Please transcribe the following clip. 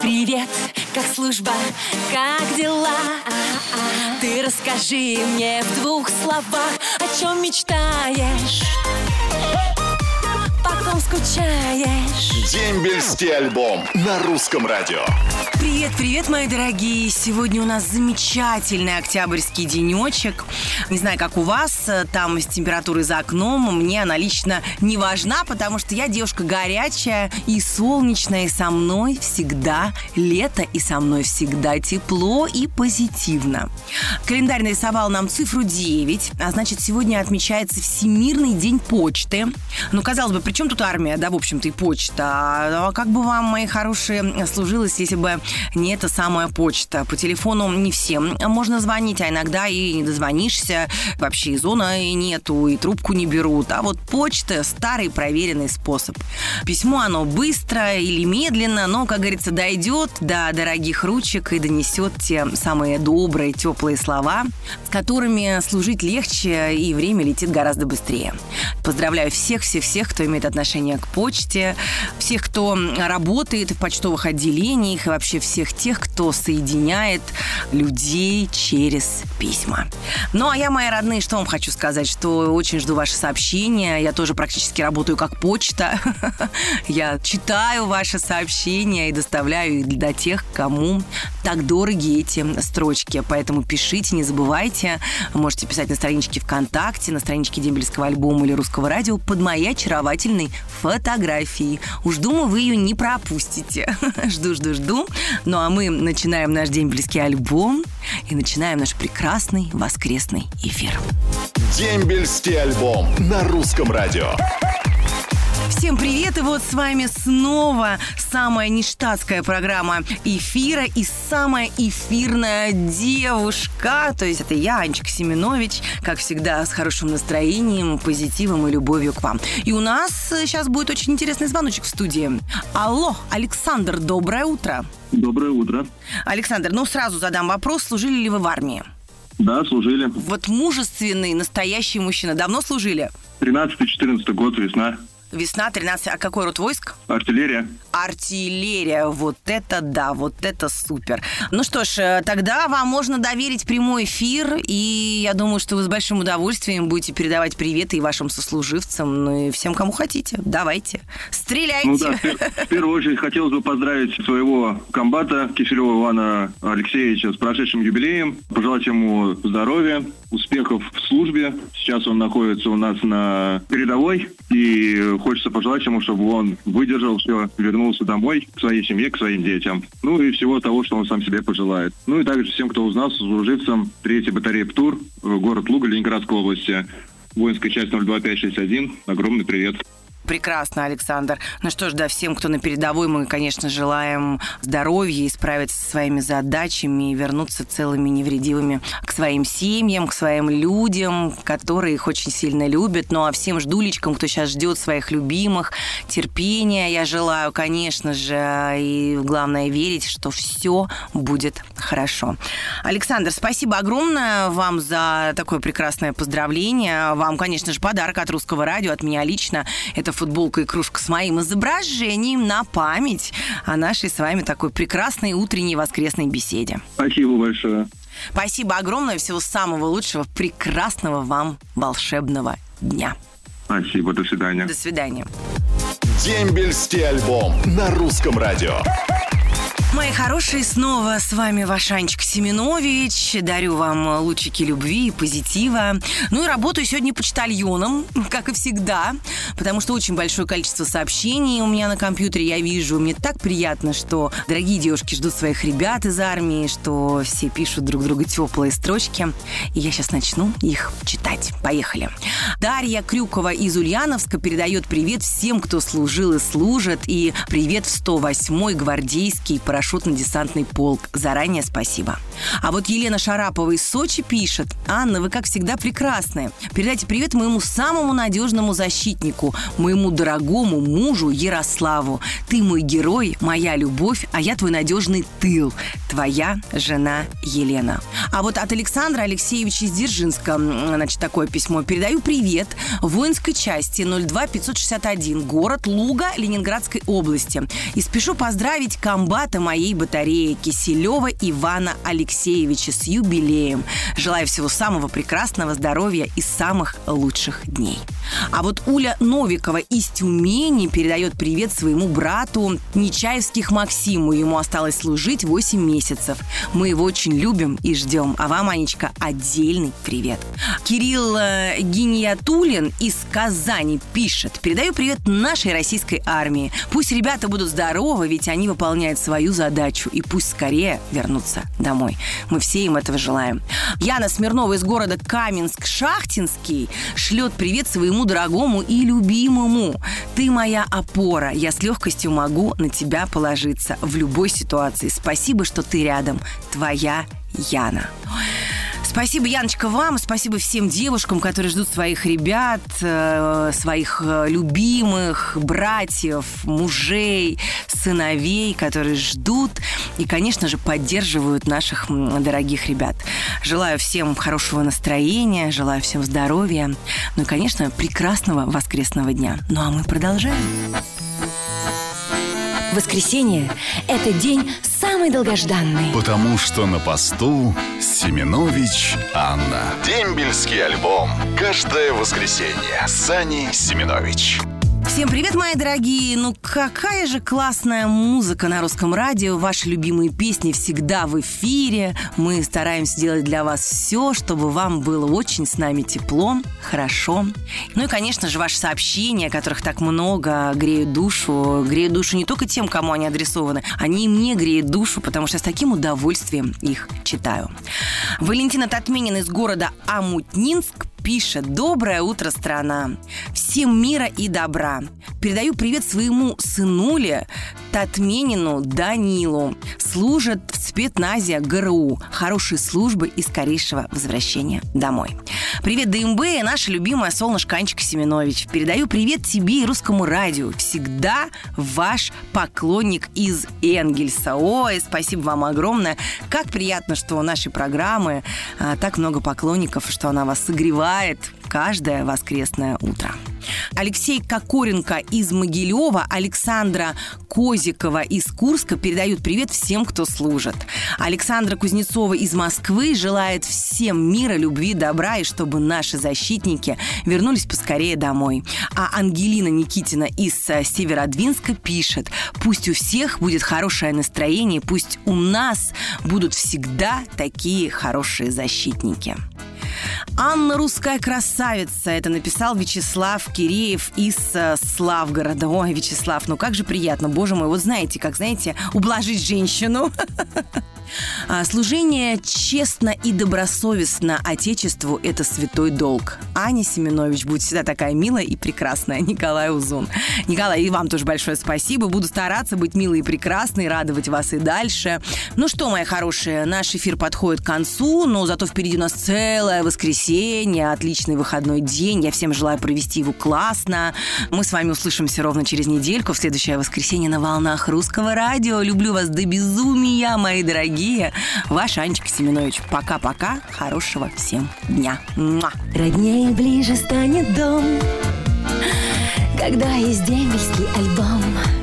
Привет, как служба, как дела? Ты расскажи мне в 2 словах, о чем мечтаешь, потом скучаешь. Дембельский альбом на Русском радио. Привет, мои дорогие! Сегодня у нас замечательный октябрьский денечек. Не знаю, как у вас, там с температурой за окном. Мне она лично не важна, потому что я девушка горячая и солнечная, и со мной всегда лето, и со мной всегда тепло и позитивно. Календарь нарисовал нам цифру 9, а значит, сегодня отмечается Всемирный день почты. Ну, казалось бы, при чем тут армия, да, в общем-то, и почта? А как бы вам, мои хорошие, служилось, если бы не эта самая почта? По телефону не всем можно звонить, а иногда и не дозвонишься. Вообще и зона и нету, и трубку не берут. А вот почта – старый проверенный способ. Письмо, оно быстро или медленно, но, как говорится, дойдет до дорогих ручек и донесет те самые добрые, теплые слова, с которыми служить легче, и время летит гораздо быстрее. Поздравляю всех, кто имеет отношение к почте, всех, кто работает в почтовых отделениях, и вообще всех тех, кто соединяет людей через письма. Ну, а я, мои родные, что вам хочу сказать, что очень жду ваши сообщения. Я тоже практически работаю как почта. Я читаю ваши сообщения и доставляю их до тех, кому так дороги эти строчки. Поэтому пишите, не забывайте. Вы можете писать на страничке ВКонтакте, на страничке Дембельского альбома или Русского радио под моей очаровательной фотографией. Уж думаю, вы ее не пропустите. Жду. Ну, а мы начинаем наш дембельский альбом и начинаем наш прекрасный воскресный эфир. Дембельский альбом на Русском радио. Всем привет, и вот с вами снова самая нештатская программа эфира и самая эфирная девушка. То есть это я, Анечка Семенович, как всегда, с хорошим настроением, позитивом и любовью к вам. И у нас сейчас будет очень интересный звоночек в студии. Алло, Александр, доброе утро. Доброе утро. Александр, сразу задам вопрос, служили ли вы в армии? Да, служили. Вот мужественный, настоящий мужчина. Давно служили? 13-14 год, весна. Весна, 13. А какой род войск? Артиллерия. Артиллерия. Вот это да, вот это супер. Ну что ж, тогда вам можно доверить прямой эфир, и я думаю, что вы с большим удовольствием будете передавать приветы и вашим сослуживцам, ну и всем, кому хотите. Давайте, стреляйте. Ну да, в первую очередь хотелось бы поздравить своего комбата Киселева Ивана Алексеевича с прошедшим юбилеем, пожелать ему здоровья, успехов в службе. Сейчас он находится у нас на передовой, и хочется пожелать ему, чтобы он выдержал все, вернулся домой к своей семье, к своим детям. Ну и всего того, что он сам себе пожелает. Ну и также всем, кто узнал, служивцам 3-й батареи ПТУР, город Луга, Ленинградской области, воинская часть 02561. Огромный привет. Прекрасно, Александр. Ну что ж, да, всем, кто на передовой, мы, конечно, желаем здоровья и справиться со своими задачами и вернуться целыми, невредимыми к своим семьям, к своим людям, которые их очень сильно любят. Ну а всем ждулечкам, кто сейчас ждет своих любимых, терпения я желаю, конечно же, и главное верить, что все будет хорошо. Александр, спасибо огромное вам за такое прекрасное поздравление. Вам, конечно же, подарок от Русского радио, от меня лично. Это футболка и кружка с моим изображением на память о нашей с вами такой прекрасной утренней воскресной беседе. Спасибо большое. Спасибо огромное. Всего самого лучшего, прекрасного вам волшебного дня. Спасибо, до свидания. До свидания. Дембельский альбом на Русском радио. Мои хорошие, снова с вами ваш Анечка Семенович. Дарю вам лучики любви и позитива. Ну и работаю сегодня почтальоном, как и всегда, потому что очень большое количество сообщений у меня на компьютере я вижу. Мне так приятно, что дорогие девушки ждут своих ребят из армии, что все пишут друг другу теплые строчки. И я сейчас начну их читать. Поехали. Дарья Крюкова из Ульяновска передает привет всем, кто служил и служит, и привет в 108-й гвардейский парашютно-десантный полк. Заранее спасибо. А вот Елена Шарапова из Сочи пишет: Анна, вы, как всегда, прекрасны. Передайте привет моему самому надежному защитнику, моему дорогому мужу Ярославу. Ты мой герой, моя любовь, а я твой надежный тыл. Твоя жена Елена. А вот от Александра Алексеевича из Дзержинска, значит, такое письмо. Передаю привет воинской части 02561, город Луга Ленинградской области. И спешу поздравить комбата моей батареи Киселева Ивана Алексеевича с юбилеем. Желаю всего самого прекрасного, здоровья и самых лучших дней. А вот Уля Новикова из Тюмени передает привет своему брату Нечаевских Максиму. Ему осталось служить 8 месяцев. Мы его очень любим и ждем. А вам, Анечка, отдельный привет. Кирилл Гиниатуллин из Казани пишет: передаю привет нашей российской армии. Пусть ребята будут здоровы, ведь они выполняют свою задачу. И пусть скорее вернутся домой. Мы все им этого желаем. Яна Смирнова из города Каменск-Шахтинский шлет привет своему дорогому и любимому. Ты моя опора. Я с легкостью могу на тебя положиться в любой ситуации. Спасибо, что ты рядом. Твоя Яна. Спасибо, Яночка, вам. Спасибо всем девушкам, которые ждут своих ребят, своих любимых братьев, мужей, сыновей, которые ждут и, конечно же, поддерживают наших дорогих ребят. Желаю всем хорошего настроения, желаю всем здоровья, ну и, конечно, прекрасного воскресного дня. Ну а мы продолжаем. Воскресенье – это день самый долгожданный. Потому что на посту Семенович Анна. Дембельский альбом. Каждое воскресенье. Сани Семенович. Всем привет, мои дорогие! Ну, какая же классная музыка на русском радио. Ваши любимые песни всегда в эфире. Мы стараемся делать для вас все, чтобы вам было очень с нами тепло, хорошо. Ну и, конечно же, ваши сообщения, которых так много, греют душу. Греют душу не только тем, кому они адресованы. Они и мне греют душу, потому что я с таким удовольствием их читаю. Валентина Татменина из города Омутнинск пишет: доброе утро, страна. Всем мира и добра. Передаю привет своему сынуле Татменину Данилу. Служит в спецназе ГРУ. Хорошей службы и скорейшего возвращения домой. Привет, ДМБ и наша любимая солнышко Анечка Семенович. Передаю привет тебе и русскому радио. Всегда ваш поклонник из Энгельса. Ой, спасибо вам огромное. Как приятно, что у нашей программы так много поклонников, что она вас согревает каждое воскресное утро. Алексей Кокоренко из Могилева, Александра Козикова из Курска передают привет всем, кто служит. Александра Кузнецова из Москвы желает всем мира, любви, добра и чтобы наши защитники вернулись поскорее домой. А Ангелина Никитина из Северодвинска пишет: пусть у всех будет хорошее настроение, пусть у нас будут всегда такие хорошие защитники. Анна русская красавица. Это написал Вячеслав Киреев из Славгорода. Ой, Вячеслав, ну как же приятно. Боже мой, вот знаете, как, ублажить женщину. Служение честно и добросовестно Отечеству – это святой долг. Аня Семенович будет всегда такая милая и прекрасная. Николай Узун. Николай, и вам тоже большое спасибо. Буду стараться быть милой и прекрасной, радовать вас и дальше. Ну что, мои хорошие, наш эфир подходит к концу, но зато впереди у нас целое воскресенье, отличный выходной день. Я всем желаю провести его классно. Мы с вами услышимся ровно через недельку, в следующее воскресенье на волнах русского радио. Люблю вас до безумия, мои дорогие. Ваша Анечка Семенович. Пока-пока. Хорошего всем дня. Муа. Роднее ближе станет дом, когда есть дембельский альбом.